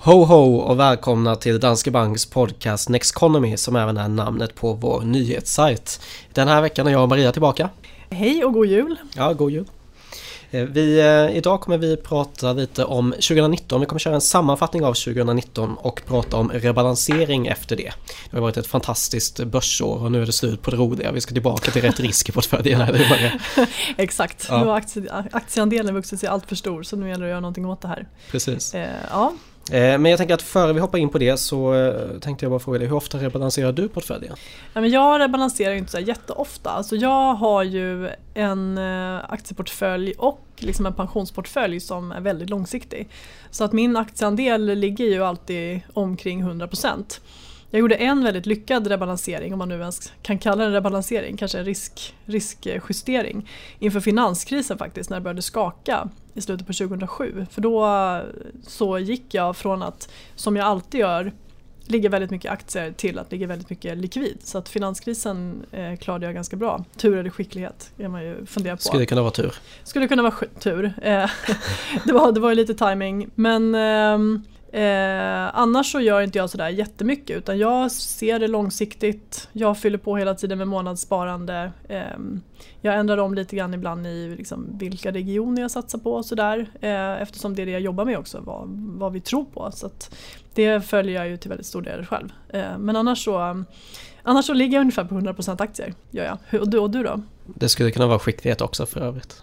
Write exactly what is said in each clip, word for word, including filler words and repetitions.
Ho ho och välkomna till Danske Banks podcast Nexconomy som även är namnet på vår nyhetssajt. Den här veckan är jag och Maria tillbaka. Hej och god jul! Ja, god jul. Vi, eh, idag kommer vi prata lite om tjugonitton. Vi kommer köra en sammanfattning av tjugonitton och prata om rebalansering efter det. Det har varit ett fantastiskt börsår och nu är det slut på det roliga. Vi ska tillbaka till rätt risk i portföljen. Exakt, ja. Nu har aktie, aktieandelen vuxit sig allt för stor så nu gäller det att göra någonting åt det här. Precis. Eh, ja. Men jag tänker att före vi hoppar in på det så tänkte jag bara fråga dig, hur ofta rebalanserar du portföljen? Ja, men jag rebalanserar inte så här jätteofta. Alltså jag har ju en aktieportfölj och liksom en pensionsportfölj som är väldigt långsiktig. Så att min aktieandel ligger ju alltid omkring hundra procent. Jag gjorde en väldigt lyckad rebalansering, om man nu ens kan kalla det rebalansering, kanske en risk, riskjustering inför finanskrisen faktiskt, när det började skaka i slutet på tjugohundrasju. För då så gick jag från att, som jag alltid gör, ligga väldigt mycket aktier till att ligga väldigt mycket likvid. Så att finanskrisen eh, klarade jag ganska bra. Tur eller skicklighet kan man ju fundera på. Skulle det kunna vara tur? Skulle det kunna vara tur. Eh, det, var, det var ju lite timing. Men... Eh, Eh, annars så gör inte jag sådär jättemycket utan jag ser det långsiktigt. Jag fyller på hela tiden med månadssparande. Eh, jag ändrar om lite grann ibland i liksom, vilka regioner jag satsar på och sådär. Eh, eftersom det är det jag jobbar med också, vad, vad vi tror på. Så att det följer jag ju till väldigt stor del själv. Eh, men annars så, annars så ligger jag ungefär på hundra procent aktier. Gör jag. Och, du, och du då? Det skulle kunna vara skicklighet också för övrigt.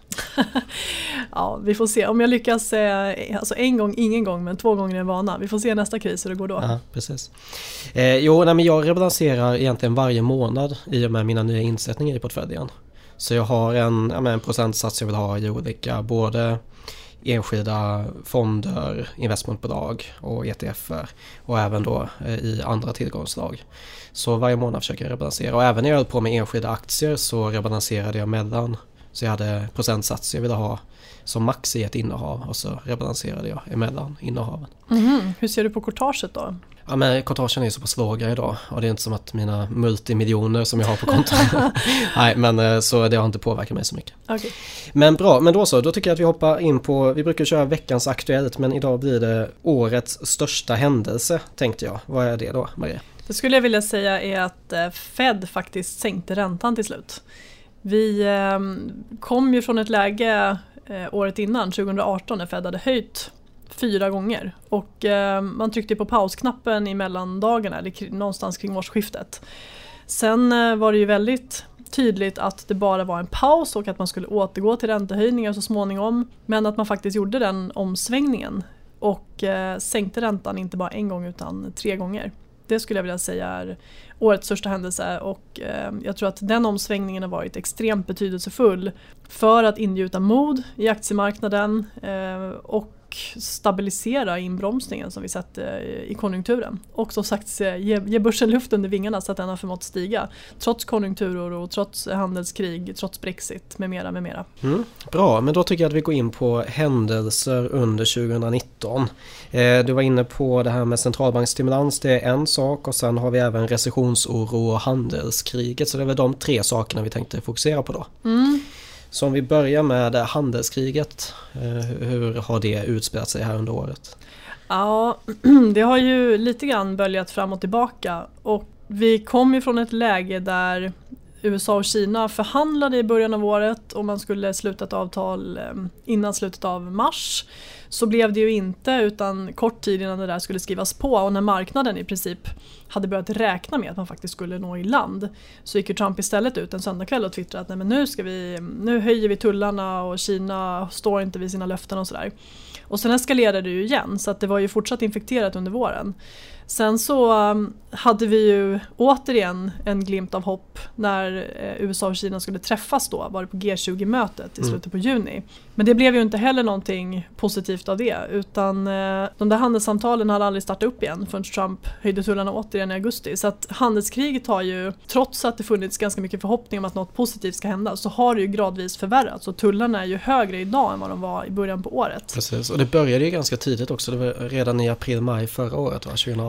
Ja, vi får se. Om jag lyckas, eh, alltså en gång, ingen gång, men två gånger en vana. Vi får se nästa kris hur det går då. Ja, precis. Eh, jo, nej, men jag rebalanserar egentligen varje månad i och med mina nya insättningar i portföljen. Så jag har en, ja, en procentsats jag vill ha i olika, både enskilda fonder, investmentbolag och E T F:er och även då eh, i andra tillgångslag. Så varje månad försöker jag rebalansera. Och även när jag höll på med enskilda aktier så rebalanserade jag mellan. Så jag hade procentsats jag ville ha som max i ett innehav och så rebalanserade jag emellan innehaven. Mm-hmm. Hur ser du på courtaget då? Ja, men courtagen är så pass låga idag och det är inte som att mina multimiljoner som jag har på kontot. Nej, men så det har inte påverkat mig så mycket. Okay. Men bra, men då så, då tycker jag att vi hoppar in på, vi brukar köra veckans Aktuellt men idag blir det årets största händelse tänkte jag. Vad är det då, Maria? Det skulle jag vilja säga är att Fed faktiskt sänkte räntan till slut. Vi eh, kom ju från ett läge eh, året innan, tjugoarton, när Fed hade höjt fyra gånger. Och eh, man tryckte på pausknappen i mellandagarna, eller någonstans kring årsskiftet. Sen eh, var det ju väldigt tydligt att det bara var en paus och att man skulle återgå till räntehöjningar så småningom. Men att man faktiskt gjorde den omsvängningen och eh, sänkte räntan inte bara en gång utan tre gånger. Det skulle jag vilja säga är årets största händelse och eh, jag tror att den omsvängningen har varit extremt betydelsefull för att ingjuta mod i aktiemarknaden eh, och stabilisera inbromsningen som vi sett eh, i konjunkturen. Och som sagt ge, ge börsen luft under vingarna så att den har förmått stiga trots konjunkturer och trots handelskrig, trots Brexit med mera med mera. Mm, bra, men då tycker jag att vi går in på händelser under tjugonitton. Eh, du var inne på det här med centralbanksstimulans, det är en sak och sen har vi även recessionsoro och handelskriget så det är väl de tre sakerna vi tänkte fokusera på då. Mm. Så om vi börjar med handelskriget, hur har det utspelat sig här under året? Ja, det har ju lite grann böljat fram och tillbaka och vi kom ju från ett läge där U S A och Kina förhandlade i början av året och man skulle sluta ett avtal innan slutet av mars. Så blev det ju inte utan kort tid innan det där skulle skrivas på och när marknaden i princip hade börjat räkna med att man faktiskt skulle nå i land så gick ju Trump istället ut en söndagkväll och twittrade att nej, men nu, ska vi, nu höjer vi tullarna och Kina står inte vid sina löften och sådär. Och sen eskalerade det ju igen så att det var ju fortsatt infekterat under våren. Sen så um, hade vi ju återigen en glimt av hopp när eh, U S A och Kina skulle träffas då, var det på G tjugo-mötet i slutet mm. på juni. Men det blev ju inte heller någonting positivt av det utan eh, de där handelssamtalen hade aldrig startat upp igen förrän Trump höjde tullarna återigen i augusti. Så att handelskriget har ju, trots att det funnits ganska mycket förhoppning om att något positivt ska hända så har det ju gradvis förvärrats och tullarna är ju högre idag än vad de var i början på året. Precis, och det började ju ganska tidigt också, det var redan i april-maj förra året va, tjugoarton.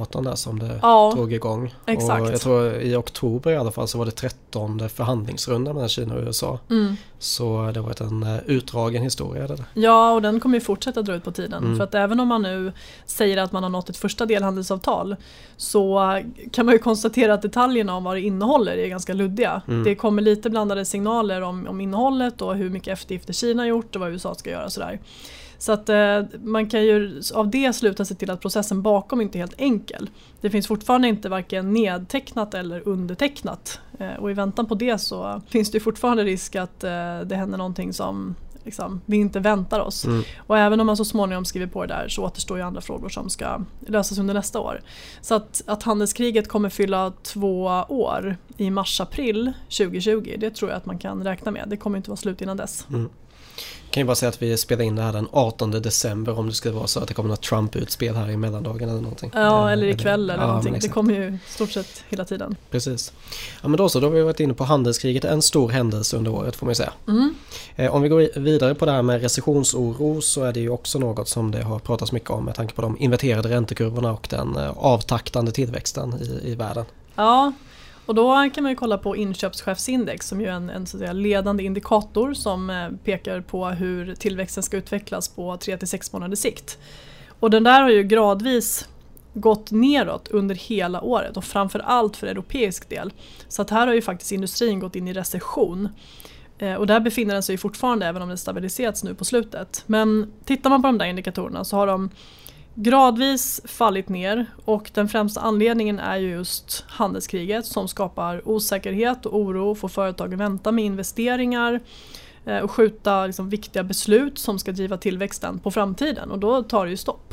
arton där som det ja, drog igång. Exakt. Och jag tror i oktober i alla fall så var det trettonde förhandlingsrundan mellan Kina och U S A. Mm. Så det har varit en uh, utdragen historia. Det där. Ja, och den kommer ju fortsätta dra ut på tiden. Mm. För att även om man nu säger att man har nått ett första delhandelsavtal så kan man ju konstatera att detaljerna om vad det innehåller är ganska luddiga. Mm. Det kommer lite blandade signaler om, om innehållet och hur mycket eftergifter Kina har gjort och vad U S A ska göra och sådär. Så att eh, man kan ju av det sluta sig till att processen bakom inte är helt enkel. Det finns fortfarande inte varken nedtecknat eller undertecknat. Eh, och i väntan på det så finns det fortfarande risk att eh, det händer någonting som liksom, vi inte väntar oss. Mm. Och även om man så småningom skriver på det där så återstår ju andra frågor som ska lösas under nästa år. Så att, att handelskriget kommer fylla två år i mars-april tjugohundratjugo, det tror jag att man kan räkna med. Det kommer inte vara slut innan dess. Mm. Jag kan ju bara säga att vi spelar in det här den artonde december om det ska vara så att det kommer något Trump-utspel här i mellandagen eller någonting. Ja, eller ikväll eller ja, någonting. Det kommer ju stort sett hela tiden. Precis. Ja, men då så, då har vi varit inne på handelskriget, en stor händelse under året får man ju säga. Mm. Eh, om vi går vidare på det här med recessionsoro så är det ju också något som det har pratats mycket om med tanke på de inverterade räntekurvorna och den eh, avtaktande tillväxten i, i världen. Ja, och då kan man ju kolla på inköpschefsindex som ju är en, en så att säga, ledande indikator som eh, pekar på hur tillväxten ska utvecklas på tre till sex månaders sikt. Och den där har ju gradvis gått neråt under hela året och framförallt för europeisk del. Så att här har ju faktiskt industrin gått in i recession. Eh, och där befinner den sig ju fortfarande även om det stabiliserats nu på slutet. Men tittar man på de där indikatorerna så har de gradvis fallit ner och den främsta anledningen är ju just handelskriget som skapar osäkerhet och oro, får företagen vänta med investeringar och skjuta liksom viktiga beslut som ska driva tillväxten på framtiden och då tar det ju stopp.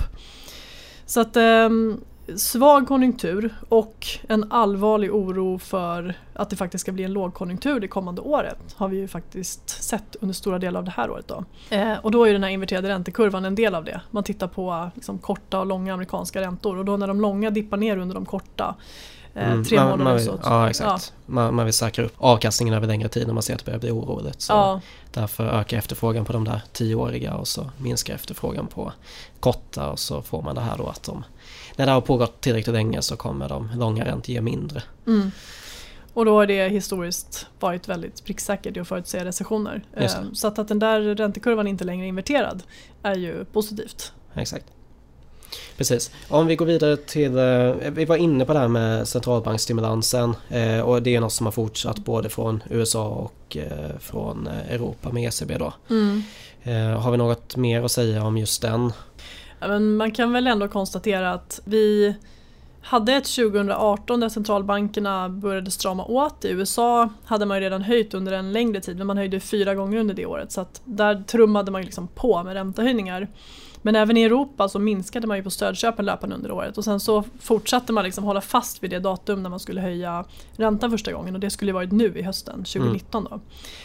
Så att eh, svag konjunktur och en allvarlig oro för att det faktiskt ska bli en lågkonjunktur det kommande året har vi ju faktiskt sett under stora delar av det här året. Då. Eh, och då är den här inverterade räntekurvan en del av det. Man tittar på liksom, korta och långa amerikanska räntor och då när de långa dippar ner under de korta eh, mm, tre man, månader man vill, så. Ja, exakt. Ja. Man, man vill säkra upp avkastningen över längre tid när man ser att det börjar bli oroligt. Så ja. Därför ökar efterfrågan på de där tioåriga och så minskar efterfrågan på korta och så får man det här då att de när det har pågått tillräckligt länge så kommer de långa räntor ge mindre. Mm. Och då har det historiskt varit väldigt pricksäkert i att förutsäga recessioner. Så att, att den där räntekurvan inte längre är inverterad är ju positivt. Exakt. Precis. Om vi går vidare till, vi var inne på det här med centralbankstimulansen och det är något som har fortsatt både från U S A och från Europa med E C B då. Mm. Har vi något mer att säga om just den? Ja, men man kan väl ändå konstatera att vi hade ett tjugoarton där centralbankerna började strama åt. I U S A hade man ju redan höjt under en längre tid men man höjde fyra gånger under det året så att där trummade man liksom på med räntehöjningar. Men även i Europa så minskade man ju på stödköpen löpande under året och sen så fortsatte man liksom hålla fast vid det datum när man skulle höja räntan första gången och det skulle varit nu i hösten tjugonitton då.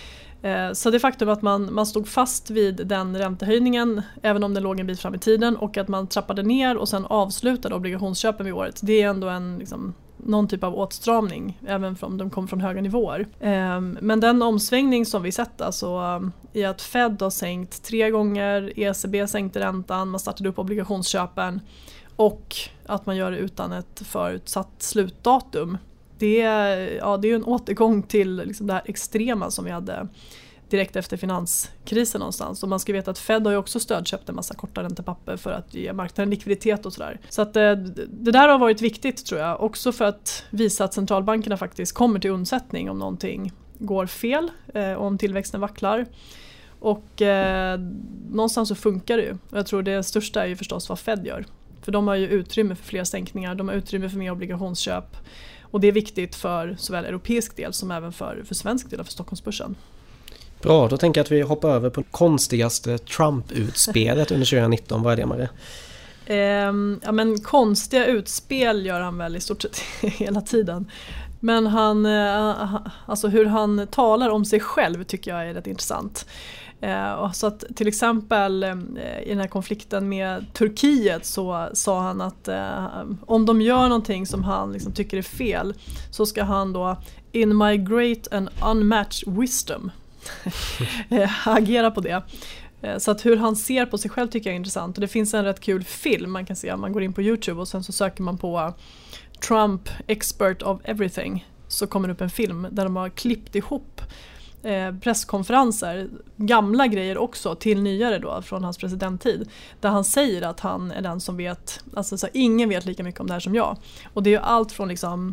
Mm. Så det faktum att man, man stod fast vid den räntehöjningen även om den låg en bit fram i tiden och att man trappade ner och sen avslutade obligationsköpen vid året, det är ändå en liksom, någon typ av åtstramning även om de kom från höga nivåer. Men den omsvängning som vi sett alltså, i att Fed har sänkt tre gånger, E C B sänkte räntan, man startade upp obligationsköpen och att man gör det utan ett förutsatt slutdatum. Det är, ja, det är en återgång till liksom det här extrema som vi hade direkt efter finanskrisen någonstans. Och man ska veta att Fed har ju också stödköpt en massa korta räntepapper för att ge marknaden likviditet och sådär. Så att det, det där har varit viktigt tror jag. Också för att visa att centralbankerna faktiskt kommer till undsättning om någonting går fel eh, och om tillväxten vacklar. Och eh, någonstans så funkar det ju. Och jag tror det största är ju förstås vad Fed gör. För de har ju utrymme för fler sänkningar, de har utrymme för mer obligationsköp. Och det är viktigt för såväl europeisk del som även för, för svensk del och för Stockholmsbörsen. Bra, då tänker jag att vi hoppar över på konstigaste Trump-utspelet under tjugonitton. Vad är det, Marie? Um, ja, men konstiga utspel gör han väl i stort sett hela tiden. Men han, uh, alltså hur han talar om sig själv tycker jag är rätt intressant. Uh, så att till exempel uh, i den här konflikten med Turkiet så sa han att uh, om de gör någonting som han liksom tycker är fel så ska han då in my great and unmatched wisdom agera på det. Så att hur han ser på sig själv tycker jag är intressant. Och det finns en rätt kul film man kan se om man går in på YouTube och sen så söker man på Trump expert of everything, så kommer det upp en film där de har klippt ihop eh, presskonferenser, gamla grejer också till nyare då från hans presidenttid, där han säger att han är den som vet, alltså så ingen vet lika mycket om det här som jag. Och det är ju allt från liksom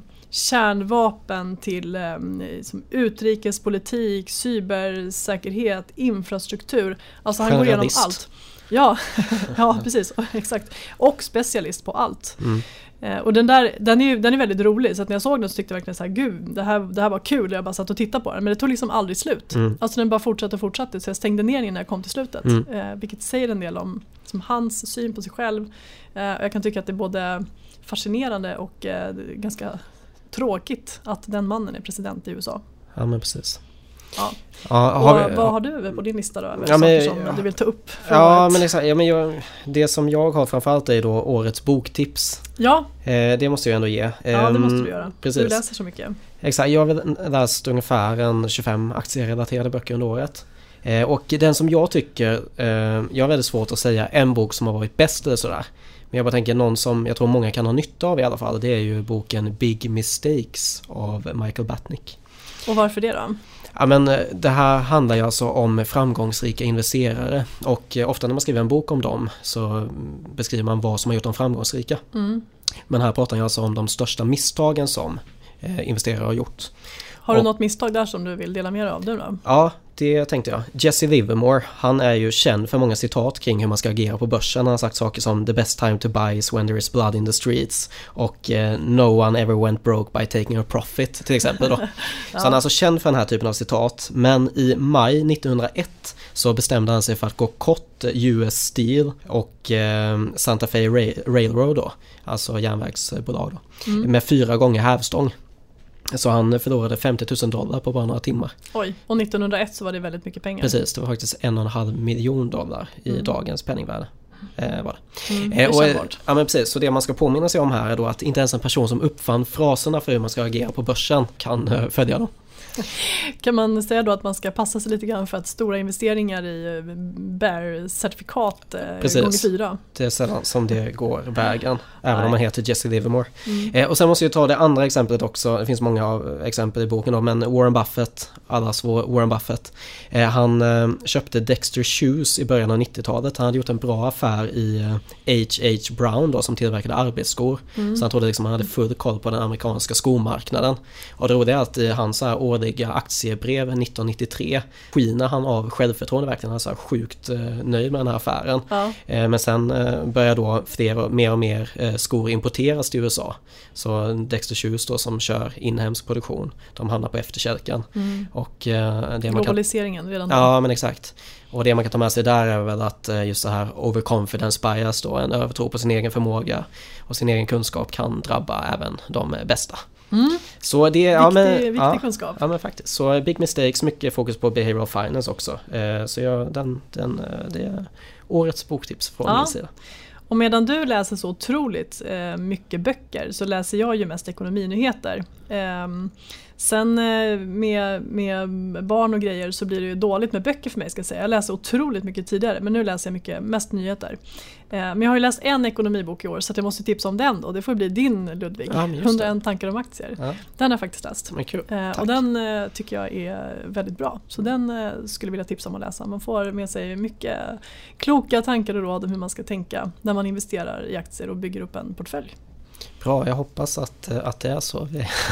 kärnvapen till eh, som utrikespolitik, cybersäkerhet, infrastruktur. Alltså han går igenom allt. Ja, ja precis, exakt. Och specialist på allt. Mm. Eh, och den där, den är ju den är väldigt rolig, så att när jag såg den så tyckte jag verkligen så här, gud, det här, det här var kul, jag bara satt och tittade på den, men det tog liksom aldrig slut. Mm. Alltså den bara fortsatte och fortsatte, så jag stängde ner den när jag kom till slutet. Mm. Eh, vilket säger en del om som hans syn på sig själv. Eh, jag kan tycka att det är både fascinerande och eh, ganska tråkigt att den mannen är president i U S A. Ja, men precis. Ja. Ja, har vi, vad har du på din lista då? Ja, men, som ja, du vill ta upp? Ja, men exakt, ja, men jag, det som jag har framförallt är då årets boktips. Ja. Eh, det måste jag ändå ge. Ja, det måste du göra. Precis. Du läser så mycket. Exakt, jag har läst ungefär en tjugofem aktierelaterade böcker under året. Eh, och den som jag tycker, eh, jag har väldigt svårt att säga en bok som har varit bäst eller sådär. Men jag bara tänker någon som jag tror många kan ha nytta av i alla fall, det är ju boken Big Mistakes av Michael Batnick. Och varför det då? Ja, men det här handlar ju alltså om framgångsrika investerare, och ofta när man skriver en bok om dem så beskriver man vad som har gjort dem framgångsrika. Mm. Men här pratar jag alltså om de största misstagen som eh, investerare har gjort. Har du och, något misstag där som du vill dela med dig av nu då? Ja, det tänkte jag. Jesse Livermore, han är ju känd för många citat kring hur man ska agera på börsen. Han har sagt saker som "The best time to buy is when there is blood in the streets" och eh, "No one ever went broke by taking a profit" till exempel då. Ja. Så han är alltså känd för den här typen av citat. Men i maj nittonhundraett så bestämde han sig för att gå kort U S Steel och eh, Santa Fe Ra- Railroad då, alltså järnvägsbolag då, mm. med fyra gånger hävstång. Så han förlorade femtio tusen dollar på bara några timmar. Oj, och nittonhundraett så var det väldigt mycket pengar. Precis, det var faktiskt en och en halv miljon dollar i mm. dagens penningvärde. Eh, var det. Mm, eh, och, ja, men precis, så det man ska påminna sig om här är då att inte ens en person som uppfann fraserna för hur man ska agera på börsen kan eh, följa dem. Kan man säga då att man ska passa sig lite grann för att stora investeringar i bear-certifikat eh, gånger fyra? Det är sällan som det går vägen, även Nej. om man heter Jesse Livermore. Mm. Eh, och sen måste jag ta det andra exemplet också, det finns många av exempel i boken då, men Warren Buffett, allas Warren Buffett, eh, han eh, köpte Dexter Shoes i början av nittiotalet. Han hade gjort en bra affär i eh, H H Brown då, som tillverkade arbetsskor. Mm. Så han trodde liksom han hade full koll på den amerikanska skomarknaden. Och det roliga är att i hans här årliga aktiebrev nittonhundranittiotre skiner han av självförtroende, verkligen. Han är så här sjukt eh, nöjd med den här affären. Ja. Eh, men sen eh, börjar då fler och mer och mer eh, skor importeras till U S A. Så Dexter Shoes då, som kör inhemsk produktion, de hamnar på efterkälken. Mm. Och, eh, det globaliseringen man kan, redan då. Ja, men exakt. Och det man kan ta med sig där är väl att eh, just så här overconfidence bias då, en övertro på sin egen förmåga och sin egen kunskap, kan drabba även de bästa. Mm. Så det, viktig, ja, men, viktig ja, kunskap. Ja, men faktiskt. Så Big Mistakes, mycket fokus på behavioral finance också. Eh, så jag, den, den, det är årets boktips från ja. min sida. Och medan du läser så otroligt eh, mycket böcker så läser jag ju mest ekonominyheter. Eh, sen eh, med, med barn och grejer så blir det ju dåligt med böcker för mig, ska jag säga. Jag läser otroligt mycket tidigare, men nu läser jag mycket, mest nyheter. Eh, men jag har ju läst en ekonomibok i år, så att jag måste tipsa om den då. Det får bli din, Ludvig. Ja, hundraett tankar om aktier. Ja. Den har jag faktiskt läst. Eh, och den eh, tycker jag är väldigt bra. Så den eh, skulle jag vilja tipsa om att läsa. Man får med sig mycket kloka tankar och råd om hur man ska tänka när man investerar i aktier och bygger upp en portfölj. Bra, jag hoppas att, att det är så.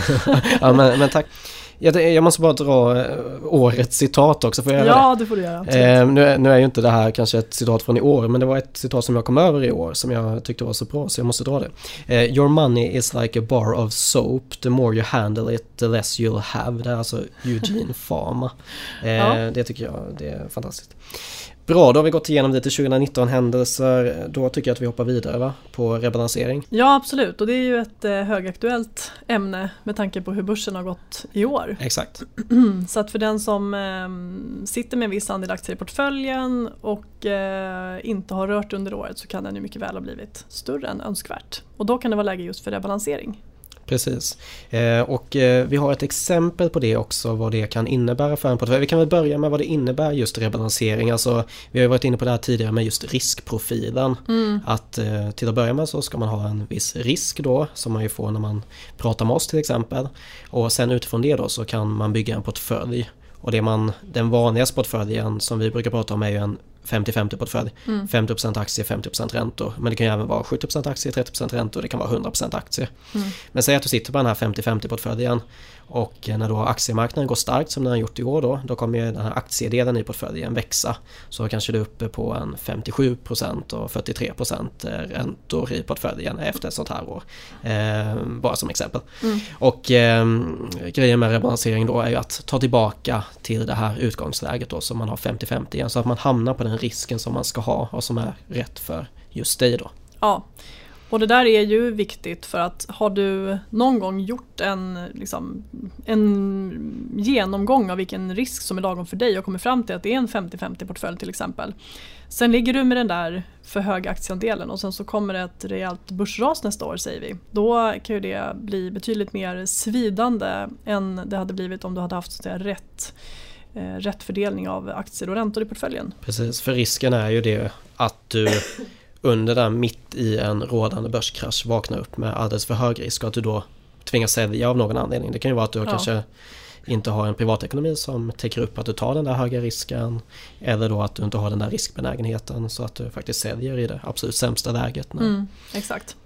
ja, men, men tack. Jag, jag måste bara dra årets citat också. Får jag ja, det får du göra. Eh, nu, nu är ju inte det här kanske ett citat från i år, men det var ett citat som jag kom över i år som jag tyckte var så bra, så jag måste dra det. Eh, Your money is like a bar of soap. The more you handle it, the less you'll have. Det är alltså Eugene Fama. Eh, ja. Det tycker jag, det är fantastiskt. Bra, då har vi gått igenom lite tjugonitton händelser. Då tycker jag att vi hoppar vidare, va? På rebalansering. Ja, absolut. Och det är ju ett eh, högaktuellt ämne med tanke på hur börsen har gått i år. Exakt. Så att för den som eh, sitter med en viss andel aktier i portföljen och eh, inte har rört under året, så kan den ju mycket väl ha blivit större än önskvärt. Och då kan det vara läge just för rebalansering. Precis. Eh, och eh, vi har ett exempel på det också, vad det kan innebära för en portfölj. Vi kan väl börja med vad det innebär just rebalansering. Alltså, vi har varit inne på det här tidigare med just riskprofilen. Mm. Att eh, till att börja med så ska man ha en viss risk då, som man ju får när man pratar med oss till exempel. Och sen utifrån det då så kan man bygga en portfölj. Och det man, den vanligaste portföljen som vi brukar prata om är ju en femtio femtio portfölj. Mm. femtio procent aktier, femtio procent räntor. Men det kan ju även vara sjuttio procent aktier, trettio procent räntor. Det kan vara hundra procent aktier. Mm. Men säg att du sitter på den här femtio femtio portföljen. Och när då aktiemarknaden går starkt som den har gjort i år då. Då kommer ju den här aktiedelen i portföljen växa. Så kanske du är uppe på en femtiosju procent och fyrtiotre procent räntor i portföljen efter ett sånt här år. Eh, bara som exempel. Mm. Och eh, grejen med rebalansering då är ju att ta tillbaka till det här utgångsläget då som man har femtio femtio igen. Så att man hamnar på den risken som man ska ha och som är rätt för just dig då. Ja. Och det där är ju viktigt för att har du någon gång gjort en, liksom, en genomgång av vilken risk som är lagom för dig och kommer fram till att det är en femtio femtio portfölj till exempel. Sen ligger du med den där för höga aktieandelen och sen så kommer det ett rejält börsras nästa år säger vi. Då kan ju det bli betydligt mer svidande än det hade blivit om du hade haft så att rätt, eh, rätt fördelning av aktier och räntor i portföljen. Precis, för risken är ju det att du under där mitt i en rådande börskrasch vaknar upp med alldeles för hög risk och att du då tvingas sälja av någon anledning. Det kan ju vara att du ja. kanske inte har en privatekonomi som täcker upp att du tar den där höga risken eller då att du inte har den där riskbenägenheten så att du faktiskt säljer i det absolut sämsta läget. Mm, exakt.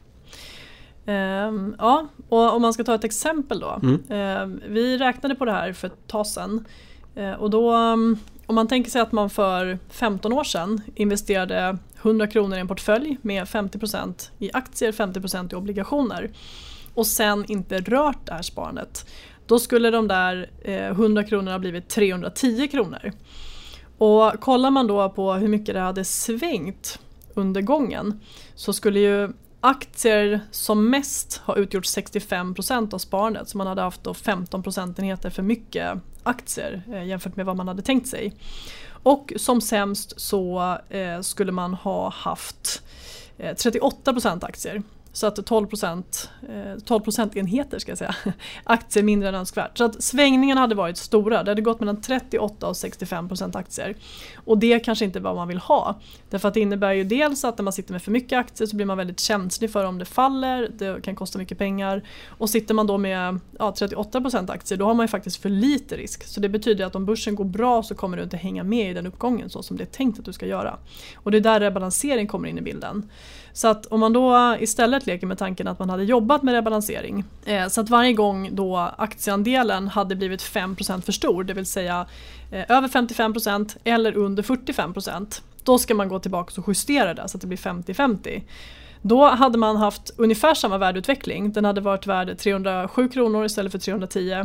Um, ja, och om man ska ta ett exempel då. Mm. Um, vi räknade på det här för ett tag sedan uh, och då um, om man tänker sig att man för femton år sedan investerade hundra kronor i en portfölj med femtio procent i aktier, femtio procent i obligationer och sen inte rört det här sparandet. Då skulle de där eh, hundra kronorna ha blivit trehundratio kronor. Och kollar man då på hur mycket det hade svängt under gången så skulle ju aktier som mest ha utgjort sextiofem procent av sparandet. Så man hade haft då femton procentenheter för mycket aktier eh, jämfört med vad man hade tänkt sig. Och som sämst så eh, skulle man ha haft eh, trettioåtta procent aktier. Så att tolv procent, eh, tolv procentenheter ska jag säga, aktier mindre än önskvärt. Så att svängningarna hade varit stora. Det hade gått mellan trettioåtta och sextiofem procent aktier. Och det kanske inte är vad man vill ha. Därför att det innebär ju dels att när man sitter med för mycket aktier så blir man väldigt känslig för om det faller. Det kan kosta mycket pengar. Och sitter man då med ja, trettioåtta procent aktier då har man ju faktiskt för lite risk. Så det betyder att om börsen går bra så kommer du inte hänga med i den uppgången så som det är tänkt att du ska göra. Och det är där rebalansering kommer in i bilden. Så att om man då istället leker med tanken att man hade jobbat med rebalansering eh, så att varje gång då aktieandelen hade blivit fem procent för stor, det vill säga eh, över femtiofem procent eller under fyrtiofem procent, då ska man gå tillbaka och justera det så att det blir femtio femtio. Då hade man haft ungefär samma värdeutveckling. Den hade varit värd trehundrasju kronor istället för trehundratio.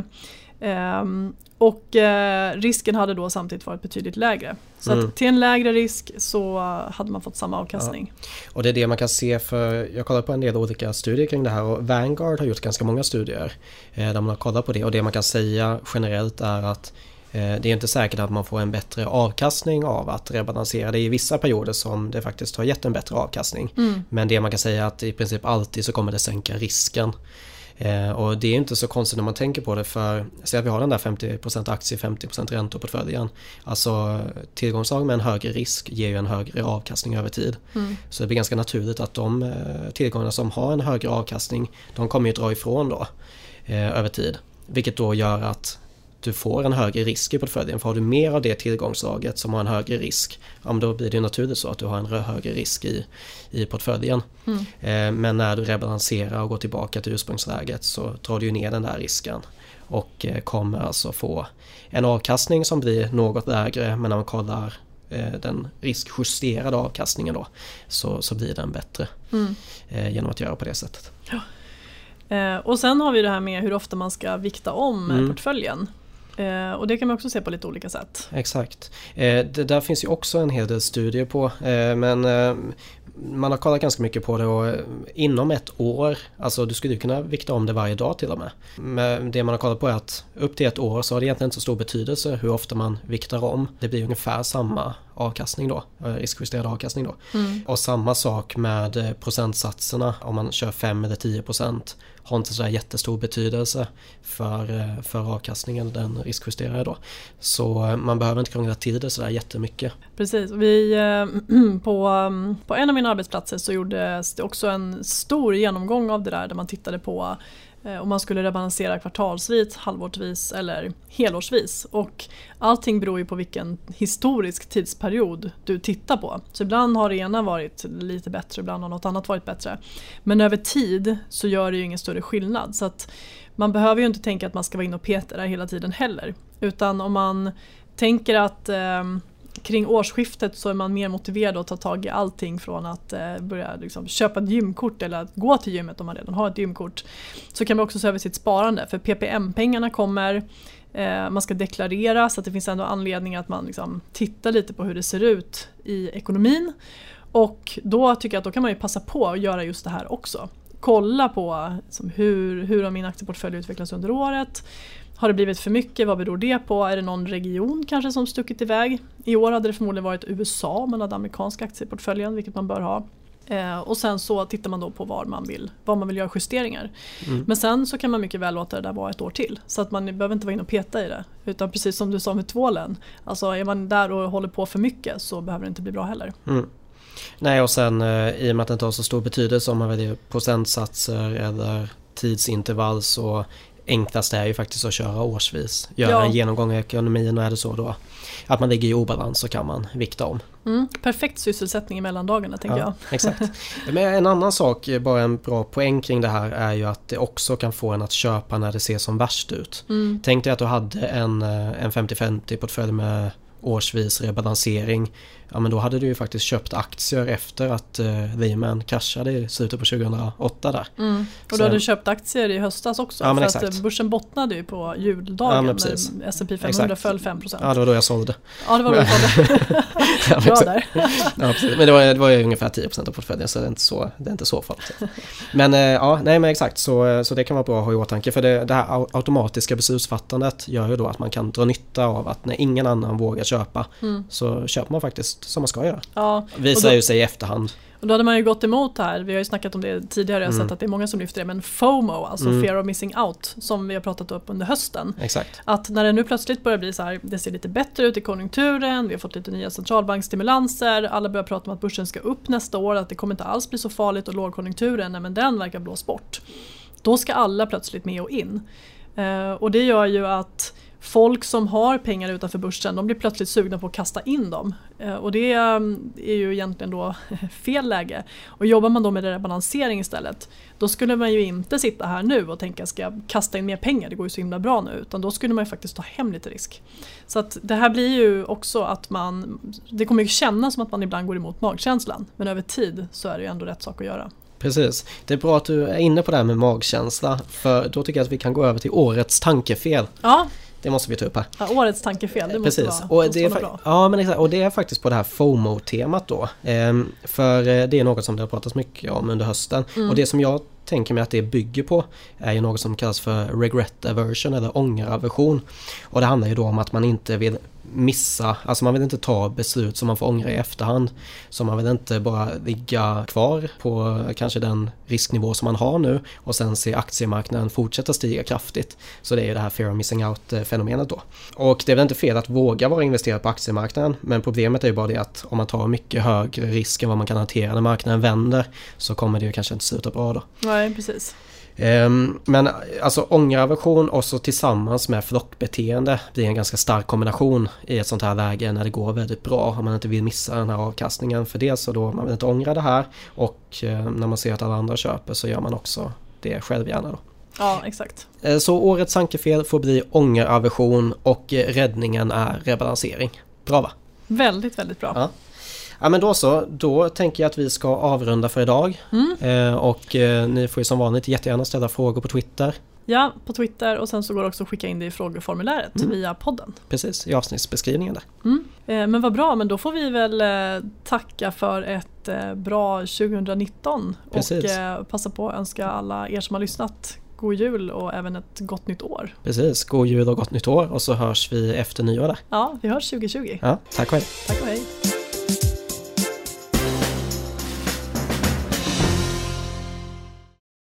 Um, och uh, risken hade då samtidigt varit betydligt lägre. Så mm. att till en lägre risk så hade man fått samma avkastning. Ja. Och det är det man kan se för, jag kollar på en del olika studier kring det här och Vanguard har gjort ganska många studier eh, där man har kollat på det och det man kan säga generellt är att eh, det är inte säkert att man får en bättre avkastning av att rebalansera. Det är i vissa perioder som det faktiskt har gett en bättre avkastning. Mm. Men det man kan säga är att i princip alltid så kommer det sänka risken. Eh, och det är inte så konstigt när man tänker på det för säg att vi har den där femtio procent aktie, femtio procent räntor på portföljen. Alltså tillgångsslag med en högre risk ger ju en högre avkastning över tid. Mm. Så det blir ganska naturligt att de eh, tillgångarna som har en högre avkastning de kommer ju dra ifrån då eh, över tid. Vilket då gör att du får en högre risk i portföljen. För har du mer av det tillgångslaget som har en högre risk, ja, då blir det naturligt så att du har en högre risk i, i portföljen. Mm. Eh, men när du rebalanserar och går tillbaka till ursprungsläget så drar du ju ner den där risken. Och eh, kommer alltså få en avkastning som blir något lägre, men när man kollar eh, den riskjusterade avkastningen då så, så blir den bättre mm. eh, genom att göra på det sättet. Ja. Eh, och sen har vi det här med hur ofta man ska vikta om mm. portföljen. Eh, och det kan man också se på lite olika sätt. Exakt. Eh, det där finns ju också en hel del studier på. Eh, men eh, man har kollat ganska mycket på det och eh, inom ett år, alltså du skulle kunna vikta om det varje dag till och med. Men det man har kollat på är att upp till ett år så har det egentligen inte så stor betydelse hur ofta man viktar om. Det blir ungefär samma avkastning då, riskjusterad avkastning då. Mm. Och samma sak med procentsatserna, om man kör fem eller tio procent har inte så där jättestor betydelse för, för avkastningen, den riskjusterade då. Så man behöver inte krångla till det så där jättemycket. Precis, vi, på, på en av mina arbetsplatser så gjordes det också en stor genomgång av det där, där man tittade på om man skulle rebalansera kvartalsvis, halvårsvis eller helårsvis. Och allting beror ju på vilken historisk tidsperiod du tittar på. Så ibland har det ena varit lite bättre, ibland har något annat varit bättre. Men över tid så gör det ju ingen större skillnad. Så att man behöver ju inte tänka att man ska vara in och peta där hela tiden heller. Utan om man tänker att eh, kring årsskiftet så är man mer motiverad att ta tag i allting från att eh, börja liksom, köpa ett gymkort eller att gå till gymmet om man redan har ett gymkort. Så kan man också se över sitt sparande, för P P M-pengarna kommer, eh, man ska deklarera, så att det finns ändå anledning att man liksom, tittar lite på hur det ser ut i ekonomin. Och då tycker jag att då kan man ju passa på att göra just det här också. Kolla på liksom, hur, hur har min aktieportfölj utvecklats under året. Har det blivit för mycket? Vad beror det på? Är det någon region kanske som stuckit iväg? I år hade det förmodligen varit U S A, man hade amerikanska aktieportföljen, vilket man bör ha. Eh, och sen så tittar man då på var man vill, var man vill göra justeringar. Mm. Men sen så kan man mycket väl låta det där vara ett år till. Så att man behöver inte vara in och peta i det. Utan precis som du sa med tvålen. Alltså är man där och håller på för mycket så behöver det inte bli bra heller. Mm. Nej, och sen i och med att det inte har så stor betydelse om man väljer procentsatser eller tidsintervall, så enklast är ju faktiskt att köra årsvis. Göra ja. en genomgång av ekonomin, och är det så då att man ligger i obalans så kan man vikta om. Mm, perfekt sysselsättning i mellandagarna tänker ja, jag. Exakt. Men en annan sak, bara en bra poäng kring det här, är ju att det också kan få en att köpa när det ser som värst ut. Mm. Tänk dig att du hade en, en femtio femtio portfölj med årsvis rebalansering. Ja, men då hade du ju faktiskt köpt aktier efter att uh, Lehman kraschade i slutet på tjugohundraåtta där. Mm. Och då hade du köpt aktier i höstas också. Ja, för exakt. Att börsen bottnade ju på juldagen. Ja, när S and P femhundra exakt. Föll fem procent. Ja, det var då jag sålde. Ja, det var då jag sålde. ja, Bra där. ja, precis. Men det var, det var ju ungefär tio procent av portföljen, så det är inte så, det är inte så farligt. Men uh, ja, nej men exakt. Så, så det kan vara bra att ha i åtanke. För det, det här automatiska beslutsfattandet gör ju då att man kan dra nytta av att när ingen annan vågar köpa, mm. så köper man faktiskt som man ska göra. Ja, visar då, ju sig i efterhand. Och då hade man ju gått emot här. Vi har ju snackat om det tidigare. Jag har mm. sett att det är många som lyfter det. Men FOMO, alltså mm. fear of missing out, som vi har pratat upp under hösten. Exakt. Att när det nu plötsligt börjar bli så här, det ser lite bättre ut i konjunkturen. Vi har fått lite nya centralbankstimulanser. Alla börjar prata om att börsen ska upp nästa år. Att det kommer inte alls bli så farligt, och lågkonjunkturen, nej, men den verkar blås bort. Då ska alla plötsligt med och in. Uh, och det gör ju att folk som har pengar utanför börsen, de blir plötsligt sugna på att kasta in dem. Och det är ju egentligen då fel läge. Och jobbar man då med rebalansering istället, då skulle man ju inte sitta här nu och tänka, ska jag kasta in mer pengar? Det går ju så himla bra nu. Utan då skulle man ju faktiskt ta hem lite risk. Så att det här blir ju också att man, det kommer ju kännas som att man ibland går emot magkänslan. Men över tid så är det ju ändå rätt sak att göra. Precis. Det är bra att du är inne på det här med magkänsla. För då tycker jag att vi kan gå över till årets tankefel. Ja. Det måste vi ta upp här. Ja, årets tankefel, det måste Precis. vara, och måste det är vara fa- bra. Ja, men exakt. Och det är faktiskt på det här FOMO-temat då. Ehm, för det är något som det har pratats mycket om under hösten. Mm. Och det som jag tänker mig att det bygger på är ju något som kallas för regret aversion eller ångeraversion. Och det handlar ju då om att man inte vill missa, alltså man vill inte ta beslut som man får ångra i efterhand. Så man vill inte bara ligga kvar på kanske den risknivå som man har nu och sen se aktiemarknaden fortsätta stiga kraftigt. Så det är ju det här fear of missing out-fenomenet då. Och det är väl inte fel att våga vara investerad på aktiemarknaden, men problemet är ju bara det att om man tar mycket högre risk än vad man kan hantera när marknaden vänder, så kommer det ju kanske inte sluta bra då. Nej, precis. Um, men alltså ångeraversion och så tillsammans med flockbeteende blir en ganska stark kombination i ett sånt här läge när det går väldigt bra, om man inte vill missa den här avkastningen. För det så då man vill inte ångra det här, och uh, när man ser att alla andra köper så gör man också det själv gärna då. Ja, exakt. Uh, så årets tankefel får bli ångeraversion, och uh, räddningen är rebalansering. Bra, va? Väldigt, väldigt bra. Ja. Ja, men då så, då tänker jag att vi ska avrunda för idag. Mm. Eh, och eh, ni får ju som vanligt jättegärna ställa frågor på Twitter. Ja, på Twitter, och sen så går det också att skicka in det i frågeformuläret mm. via podden. Precis, i avsnittsbeskrivningen där. Mm. Eh, men vad bra, men då får vi väl eh, tacka för ett eh, bra tjugonitton. Precis. Och eh, passa på att önska alla er som har lyssnat god jul och även ett gott nytt år. Precis, god jul och gott nytt år, och så hörs vi efter nyår där. Ja, vi hörs tjugo tjugo. Ja, tack och hej. Tack och hej.